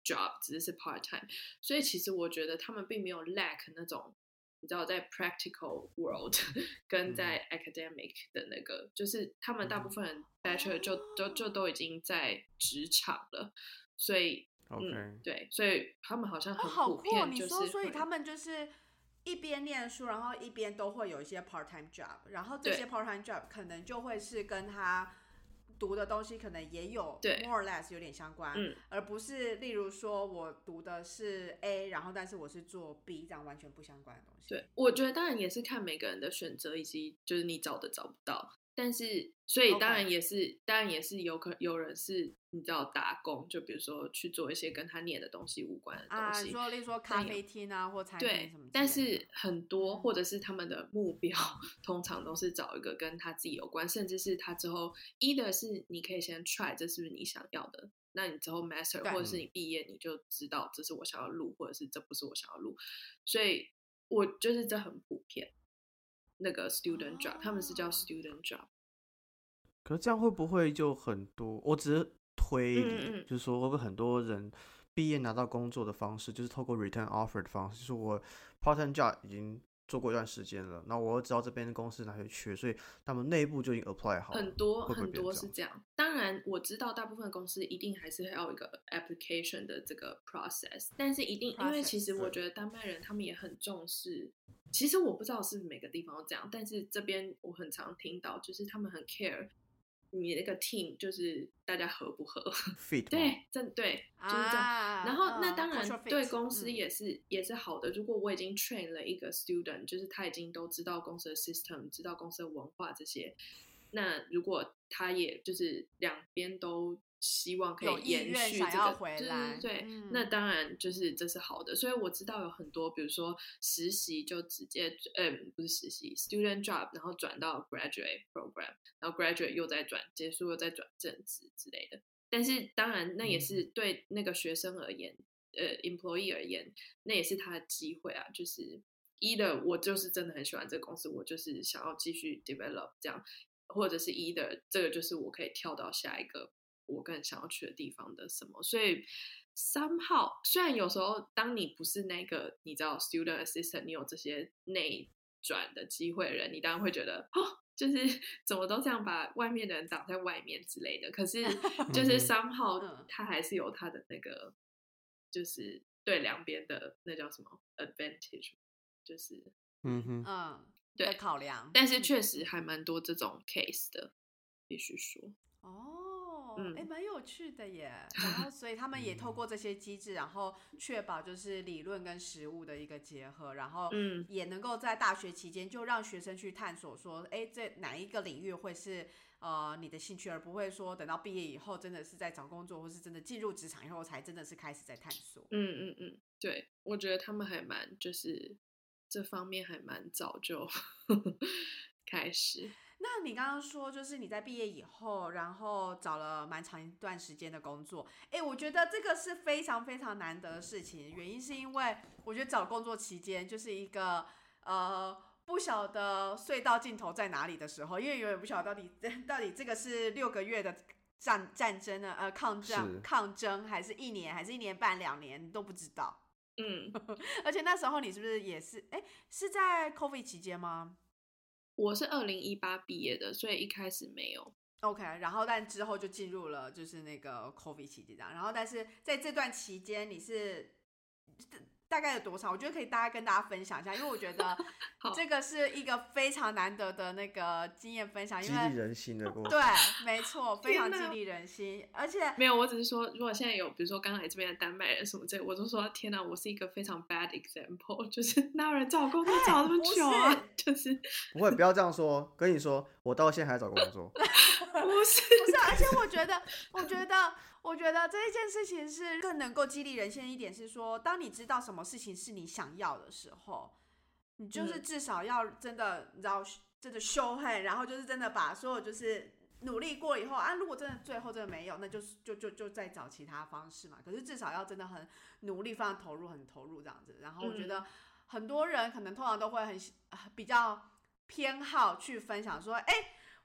job， 只是是 part time， 所以其实我觉得他们并没有 lack 那种你知道在 practical world 跟在 academic 的那个，就是他们大部分人 bachelor 就就就都已经在职场了，所以。 OK， 嗯，对，所以他们好像很好酷、哦！ 普遍，就是你说，所以会他们就是一边念书，然后一边都会有一些 part time job， 然后这些 part time job 可能就会是跟他读的东西可能也有 more or less 有点相关， 嗯， 而不是例如说我读的是 A， 然后但是我是做 B， 这样完全不相关的东西。 对，我觉得当然也是看每个人的选择，以及就是你找的找不到。但是，所以当然也是，okay. 当然也是有可有人是你知道打工，就比如说去做一些跟他念的东西无关的东西， 啊，说例如说咖啡厅啊或餐厅什么之类的。 对，但是很多或者是他们的目标，通常都是找一个跟他自己有关，甚至是他之后either是你可以先 try 这是不是你想要的，那你之后 master 或者是你毕业你就知道这是我想要录，或者是这不是我想要录，所以我就是这很普遍。那个 student job，、哦、他们是叫 student job。 可是这样会不会就很多？我只是推理， 嗯嗯就是说会不会很多人毕业拿到工作的方式，就是透过 return offer 的方式，就是我 part time job 已经做过一段时间了，那我知道这边的公司哪些缺，所以他们内部就已经 apply 好了。 很多会不会很多是这样。当然我知道大部分公司一定还是要有一个 application 的这个 process， 但是一定因为其实我觉得丹麦人他们也很重视。其实我不知道是不是每个地方都这样，但是这边我很常听到，就是他们很 care 你那个 team 就是大家合不合 fit 对，真对就是这样。 啊、 然后那当然嗯、 对公司也是、 嗯、 也是好的。如果我已经 train 了一个 student， 就是他已经都知道公司的 system， 知道公司的文化这些，那如果他也就是两边都希望可以延续这个， 回来对对对、 嗯， 那当然就是这是好的。所以我知道有很多，比如说实习就直接，嗯，不是实习 ，student job， 然后转到 graduate program， 然后 graduate 又再转结束，又再转正职之类的。但是当然，那也是对那个学生而言，呃 ，employee 而言，那也是他的机会啊。就是either我就是真的很喜欢这个公司，我就是想要继续 develop 这样，或者是either这个就是我可以跳到下一个我更想要去的地方的什么。所以 somehow 虽然有时候当你不是那个你知道 student assistant， 你有这些内转的机会的人，你当然会觉得哦，就是怎么都这样把外面的人挡在外面之类的。可是就是 somehow 他还是有他的那个就是对两边的那叫什么 advantage， 就是嗯哼嗯对的考量。 但是确实还蛮多这种 case 的，必须说。 哦， 嗯， 哎，蛮有趣的耶。然后，所以他们也透过这些机制，然后确保就是理论跟实务的一个结合，然后也能够在大学期间就让学生去探索说，哎，这哪一个领域会是呃你的兴趣，而不会说等到毕业以后真的是在找工作，或是真的进入职场以后才真的是开始在探索。 嗯嗯嗯，对，我觉得他们还蛮就是这方面还蛮早就开始。 那你刚刚说，就是你在毕业以后，然后找了蛮长一段时间的工作，哎，我觉得这个是非常非常难得的事情。原因是因为我觉得找工作期间就是一个呃不晓得隧道尽头在哪里的时候，因为永远不晓得到底到底这个是六个月的战战争呢，呃抗战抗争，还是一年，还是一年半两年，你都不知道。 嗯， 而且那时候你是不是也是哎是在 COVID 期间吗？ 我是二零一八毕业的，所以一开始没有。 OK， 然后但之后就进入了就是那个 COVID 期间，然后但是在这段期间你是大概有多长？我觉得可以大概跟大家分享一下，因为我觉得这个是一个非常难得的那个经验分享，因为激励人心的过程。 对，没错，非常激励人心，而且没有，我只是说，如果现在有比如说刚来这边的丹麦人什么之类，我就说天哪，我是一个非常 bad example， 就是哪有人找工作找那么久啊？就是不会，不要这样说。跟你说，我到现在还找工作。 不是不是，而且我觉得，我觉得。我觉得这一件事情是更能够激励人心一点，是说当你知道什么事情是你想要的时候，你就是至少要真的你知道真的show hand，然后就是真的把所有就是努力过以后啊，如果真的最后真的没有，那就就就就再找其他方式嘛。可是至少要真的很努力，非常投入，很投入这样子。然后我觉得很多人可能通常都会很比较偏好去分享说，哎。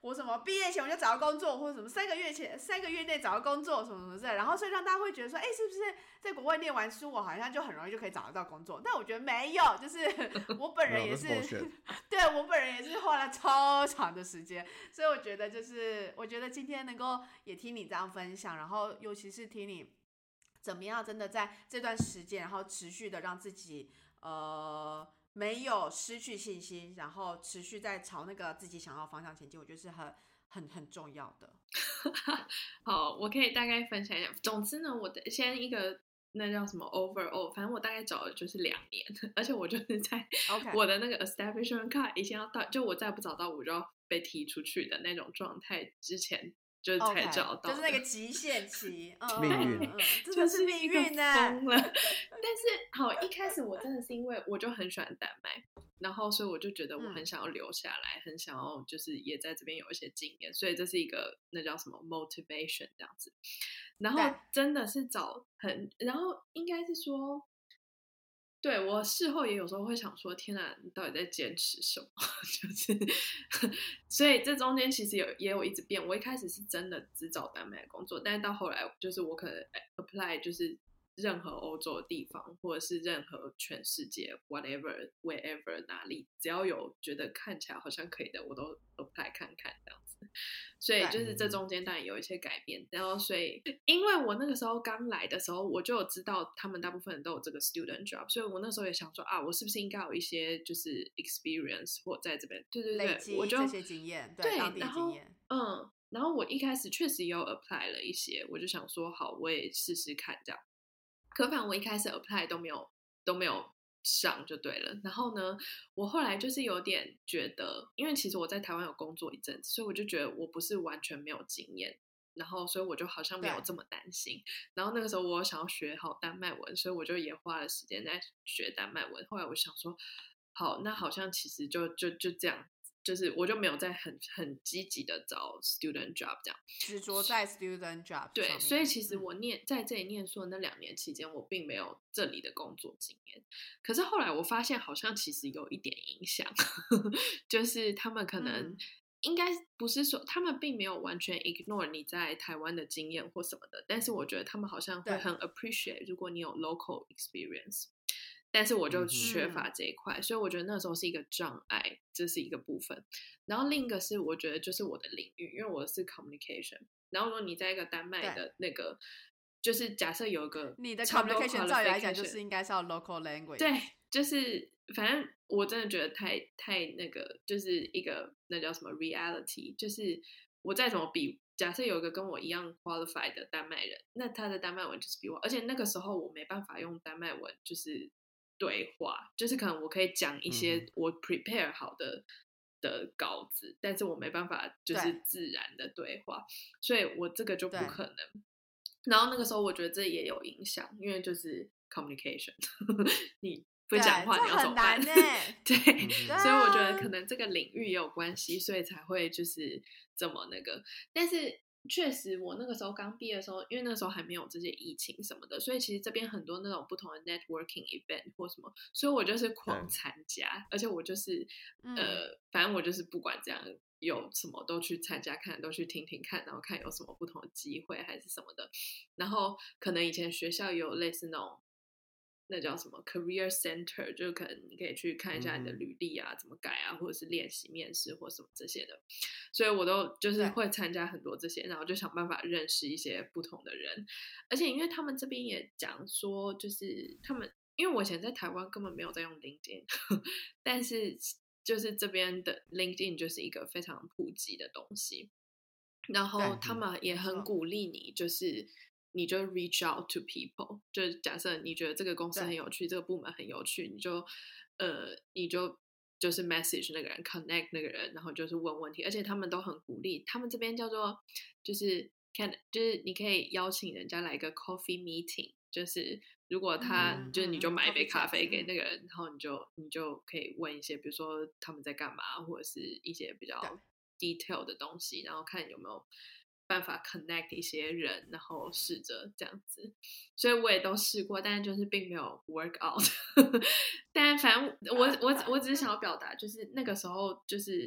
我什么毕业前我就找到工作，或者什么三个月前三个月内找到工作什么什么之类的，然后所以让大家会觉得说，哎，是不是在国外念完书，我好像就很容易就可以找得到工作？但我觉得没有，就是我本人也是，对我本人也是花了超长的时间，所以我觉得就是我觉得今天能够也听你这样分享，然后尤其是听你怎么样真的在这段时间，然后持续的让自己呃。没有失去信心，然后持续在朝那个自己想要的方向前进，我觉得是很很很重要的。 好，我可以大概分享一下。总之呢，我的先一个那叫什么 overall， 反正我大概找的就是两年，而且我就是在我的那个 establishment card 已经要到，就我再不找到我就要被踢出去的那种状态之前。就是才找到 okay, 就是那个极限期，嗯、 命运， 嗯，真的是命运呢、欸。 疯了。但是好，一开始我真的是因为我就很喜欢丹麦，然后所以我就觉得我很想要留下来，嗯、很想要就是也在这边有一些经验，所以这是一个那叫什么 motivation 这样子。然后真的是找很，然后应该是说。对，我事后也有时候会想说，天哪，你到底在坚持什么？就是，所以这中间其实有也有一直变。我一开始是真的只找丹麦的工作，但是到后来就是我可能 apply 就是任何欧洲的地方，或者是任何全世界 whatever wherever 哪里，只要有觉得看起来好像可以的，我都 apply 看看这样子。所以就是这中间当然有一些改变，然后所以因为我那个时候刚来的时候，我就有知道他们大部分人都有这个 student job， 所以我那时候也想说啊，我是不是应该有一些就是 experience 或在这边，对对对，我就这些经验，对，当地经验， 嗯，然后我一开始确实有 apply 了一些，我就想说好，我也试试看这样。可反正我一开始 apply 都没有都没有。上就对了，然后呢，我后来就是有点觉得，因为其实我在台湾有工作一阵子，所以我就觉得我不是完全没有经验，然后所以我就好像没有这么担心。然后那个时候我想要学好丹麦文，所以我就也花了时间在学丹麦文。后来我想说，好，那好像其实就就就这样。就是我就没有在很很积极的找 student job 这样， 执着在 student job 上面。 对，所以其实我念、嗯、在这里念书的那两年期间，我并没有这里的工作经验。可是后来我发现，好像其实有一点影响，就是他们可能应该不是说、嗯、他们并没有完全 ignore 你在台湾的经验或什么的，但是我觉得他们好像会很 appreciate 如果你有 local experience。但是我就缺乏这一块、嗯、所以我觉得那时候是一个障碍，这是一个部分。然后另一个是我觉得就是我的领域，因为我是 communication。然后如果你在一个丹麦的那个，就是假设有一个你的 communication 照理来讲就是应该是要 local language。 对，就是反正我真的觉得太太那个，就是一个那叫什么 reality， 就是我再怎么比。假设有一个跟我一样 qualified 的丹麦人，那他的丹麦文就是比我，而且那个时候我没办法用丹麦文就是对话，就是可能我可以讲一些我 prepare 好的、嗯、的稿子，但是我没办法就是自然的对话，所以我这个就不可能。然后那个时候我觉得这也有影响，因为就是 communication 你不讲话你要怎么办？ 对， 对，所以我觉得可能这个领域也有关系，所以才会就是这么那个。但是确实，我那个时候刚毕业的时候，因为那时候还没有这些疫情什么的，所以其实这边很多那种不同的 networking event 或什么，所以我就是狂参加，而且我就是、嗯、呃，反正我就是不管这样有什么都去参加看，都去听听看，然后看有什么不同的机会还是什么的。然后可能以前学校有类似那种。那叫什么 career center， 就可能你可以去看一下你的履历啊、嗯、怎么改啊，或者是练习面试或什么这些的，所以我都就是会参加很多这些，然后就想办法认识一些不同的人。而且因为他们这边也讲说，就是他们因为我以前在台湾根本没有在用 LinkedIn， 但是就是这边的 LinkedIn 就是一个非常普及的东西，然后他们也很鼓励你，就是你就 reach out to people， 就假设你觉得这个公司很有趣，这个部门很有趣，你就呃你就就是 message 那个人 connect 那个人，然后就是问问题，而且他们都很鼓励，他们这边叫做就是看就是你可以邀请人家来一个 coffee meeting， 就是如果他、嗯、就是你就买一杯咖啡给那个人、嗯、然后你就你就可以问一些比如说他们在干嘛，或者是一些比较 detail 的东西，然后看有没有办法 connect 一些人，然后试着这样子，所以我也都试过，但是就是并没有 work out 但反正我我我只是想要表达，就是那个时候就是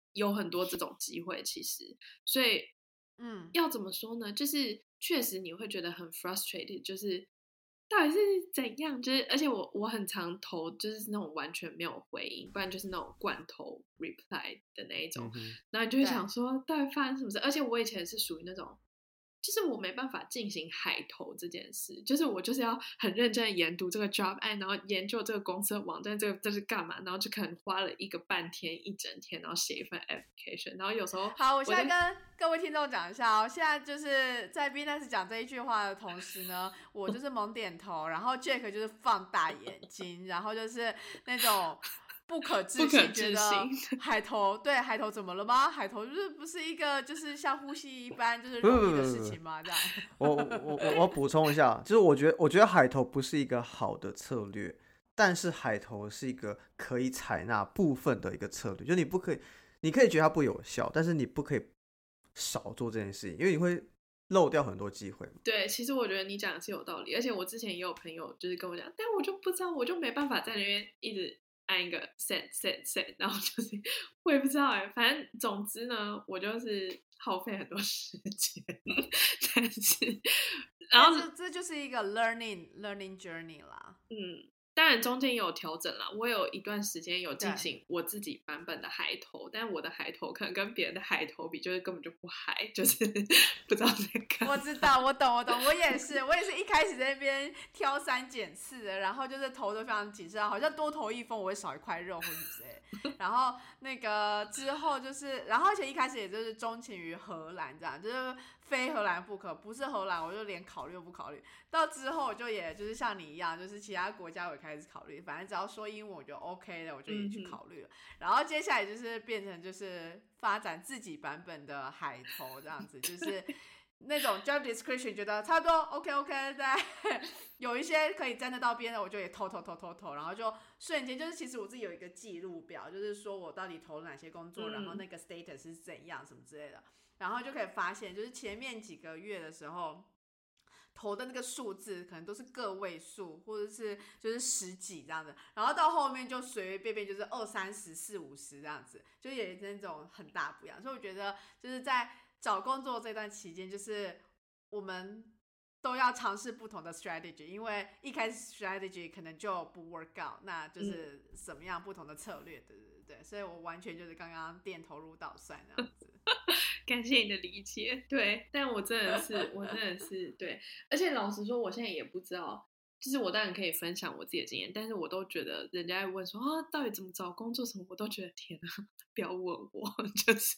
有很多这种机会，其实，所以， 嗯， 要怎么说呢？就是确实你会觉得很 frustrated，就是到底是怎样？就是而且我我很常投，就是那种完全没有回应，不然就是那种罐头 reply 的那一种， 嗯、 然后你就会想说，到底发生什么事？而且我以前是属于那种。就是我没办法进行海投这件事，就是我就是要很认真的研读这个 job ad，然后研究这个公司的网站，这个这是干嘛，然后就可能花了一个半天一整天，然后写一份 application， 然后有时候好，我现在跟各位听众讲一下哦，现在就是在 Venus 讲这一句话的同时呢，我就是猛点头，然后 Jack 就是放大眼睛，然后就是那种。不可置信，觉得海投对海投怎么了吗？海投就是不是一个就是像呼吸一般就是容易的事情吗？这样。 我我我我我补充一下，就是我觉得我觉得海投不是一个好的策略，但是海投是一个可以采纳部分的一个策略，就你不可以，你可以觉得它不有效，但是你不可以少做这件事情，因为你会漏掉很多机会。 对，其实我觉得你讲的是有道理，而且我之前也有朋友就是跟我讲，但我就不知道，我就没办法在那边一直。按一个 set set set， 然后就是我也不知道哎、欸，反正总之呢，我就是耗费很多时间，但是然后这这就是一个 learning learning journey 啦。 嗯，当然中间也有调整啦，我有一段时间有进行我自己版本的海投，但我的海投可能跟别人的海投比，就是根本就不海，就是不知道在干嘛。 我知道，我懂，我懂，我也是，我也是一开始在那边挑三拣四的，然后就是投的非常谨慎，好像多投一封我会少一块肉或者之类的。然后那个之后就是，然后而且一开始也就是钟情于荷兰这样，就是非荷兰不可，不是荷兰我就连考虑都不考虑。到之后我就也就是像你一样，就是其他国家我也开始考虑，反正只要说英文我就 OK 了，我就也去考虑了。嗯、然后接下来就是变成就是发展自己版本的海投这样子，就是那种 job description 觉得差不多 OK OK， 在有一些可以沾得到边的，我就也投投投投投，然后就瞬间就是其实我自己有一个记录表，就是说我到底投了哪些工作，嗯、然后那个 status 是怎样什么之类的，然后就可以发现，就是前面几个月的时候。投的那个数字可能都是个位数，或者是就是十几这样子，然后到后面就随随便便就是二三十、四五十这样子，就也是那种很大不一样。所以我觉得就是在找工作这段期间，就是我们都要尝试不同的 strategy， 因为一开始 strategy 可能就不 work out， 那就是什么样不同的策略，对对对，所以我完全就是刚刚电投入捣蒜这样子。 感谢你的理解，对，但我真的是，我真的是对，而且老实说，我现在也不知道，就是我当然可以分享我自己的经验，但是我都觉得人家问说啊，到底怎么找工作什么，我都觉得天啊，不要问我，就是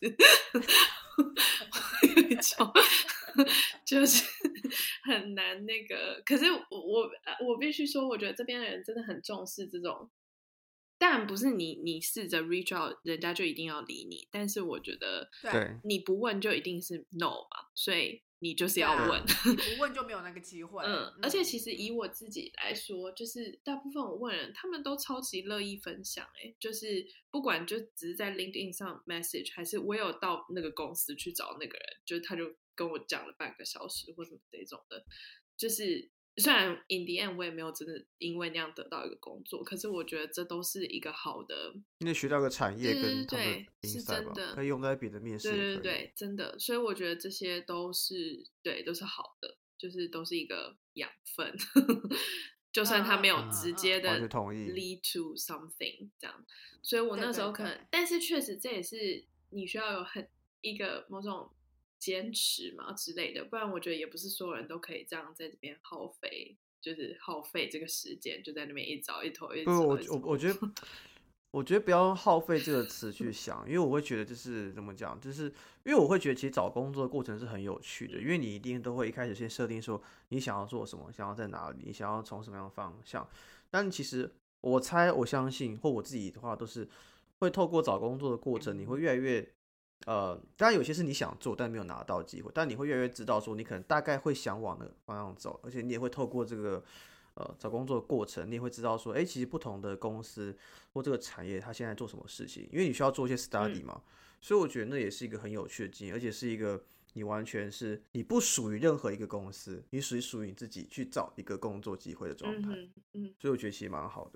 有一种就是很难那个，可是我我我必须说，我觉得这边的人真的很重视这种。当然不是你，你试着 reach out， 人家就一定要理你。但是我觉得， 对， 你不问就一定是 no 嘛，所以你就是要问，啊、 你不问就没有那个机会。 嗯，嗯而且其实以我自己来说，就是大部分我问人，他们都超级乐意分享、欸。哎，就是不管就只是在 LinkedIn 上 message， 还是我有到那个公司去找那个人，就是他就跟我讲了半个小时或什么这种的，就是。虽然 in the end 我也没有真的因为那样得到一个工作，可是我觉得这都是一个好的， 你得学到一个产业跟他们的 insight 吧， 可以用在别的面试。 对对对，真的，所以我觉得这些都是对，都是好的，就是都是一个养分，就算他没有直接的 lead to something 这样，所以我那时候可能， 对对对但是确实这也是你需要有很一个某种。坚持嘛之类的，不然我觉得也不是所有人都可以这样在这边耗费，就是耗费这个时间，就在那边一找一投一投。 不，我我我觉得，我觉得不要耗费这个词去想，因为我会觉得就是怎么讲，就是因为我会觉得其实找工作的过程是很有趣的，因为你一定都会一开始先设定说你想要做什么，想要在哪里，你想要从什么样的方向。但其实我猜，我相信，或我自己的话，都是会透过找工作的过程，你会越来越。呃，当然有些是你想做但没有拿到机会，但你会越来越知道说你可能大概会想往那个方向走，而且你也会透过这个呃找工作的过程，你也会知道说，哎，其实不同的公司或这个产业它现在做什么事情，因为你需要做一些 study 嘛，嗯、所以我觉得那也是一个很有趣的经验，而且是一个你完全是你不属于任何一个公司，你属于属于你自己去找一个工作机会的状态， 嗯嗯， 所以我觉得其实蛮好的。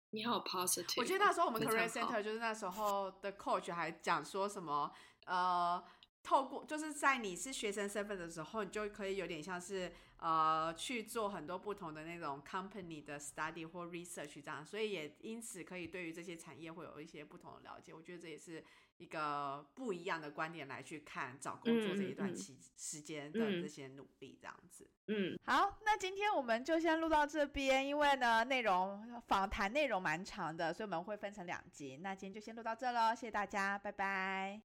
你好 positive， 我记得那时候我们 career 非常好 center 就是那时候的 coach 还讲说什么，呃，透过就是在你是学生身份的时候，你就可以有点像是呃去做很多不同的那种 company 的 study 或 research 这样，所以也因此可以对于这些产业会有一些不同的了解。我觉得这也是一个不一样的观点来去看找工作这一段期、嗯、时间的这些努力这样子。 嗯， 好，那今天我们就先录到这边，因为呢内容访谈内容蛮长的，所以我们会分成两集。那今天就先录到这咯，谢谢大家，拜拜。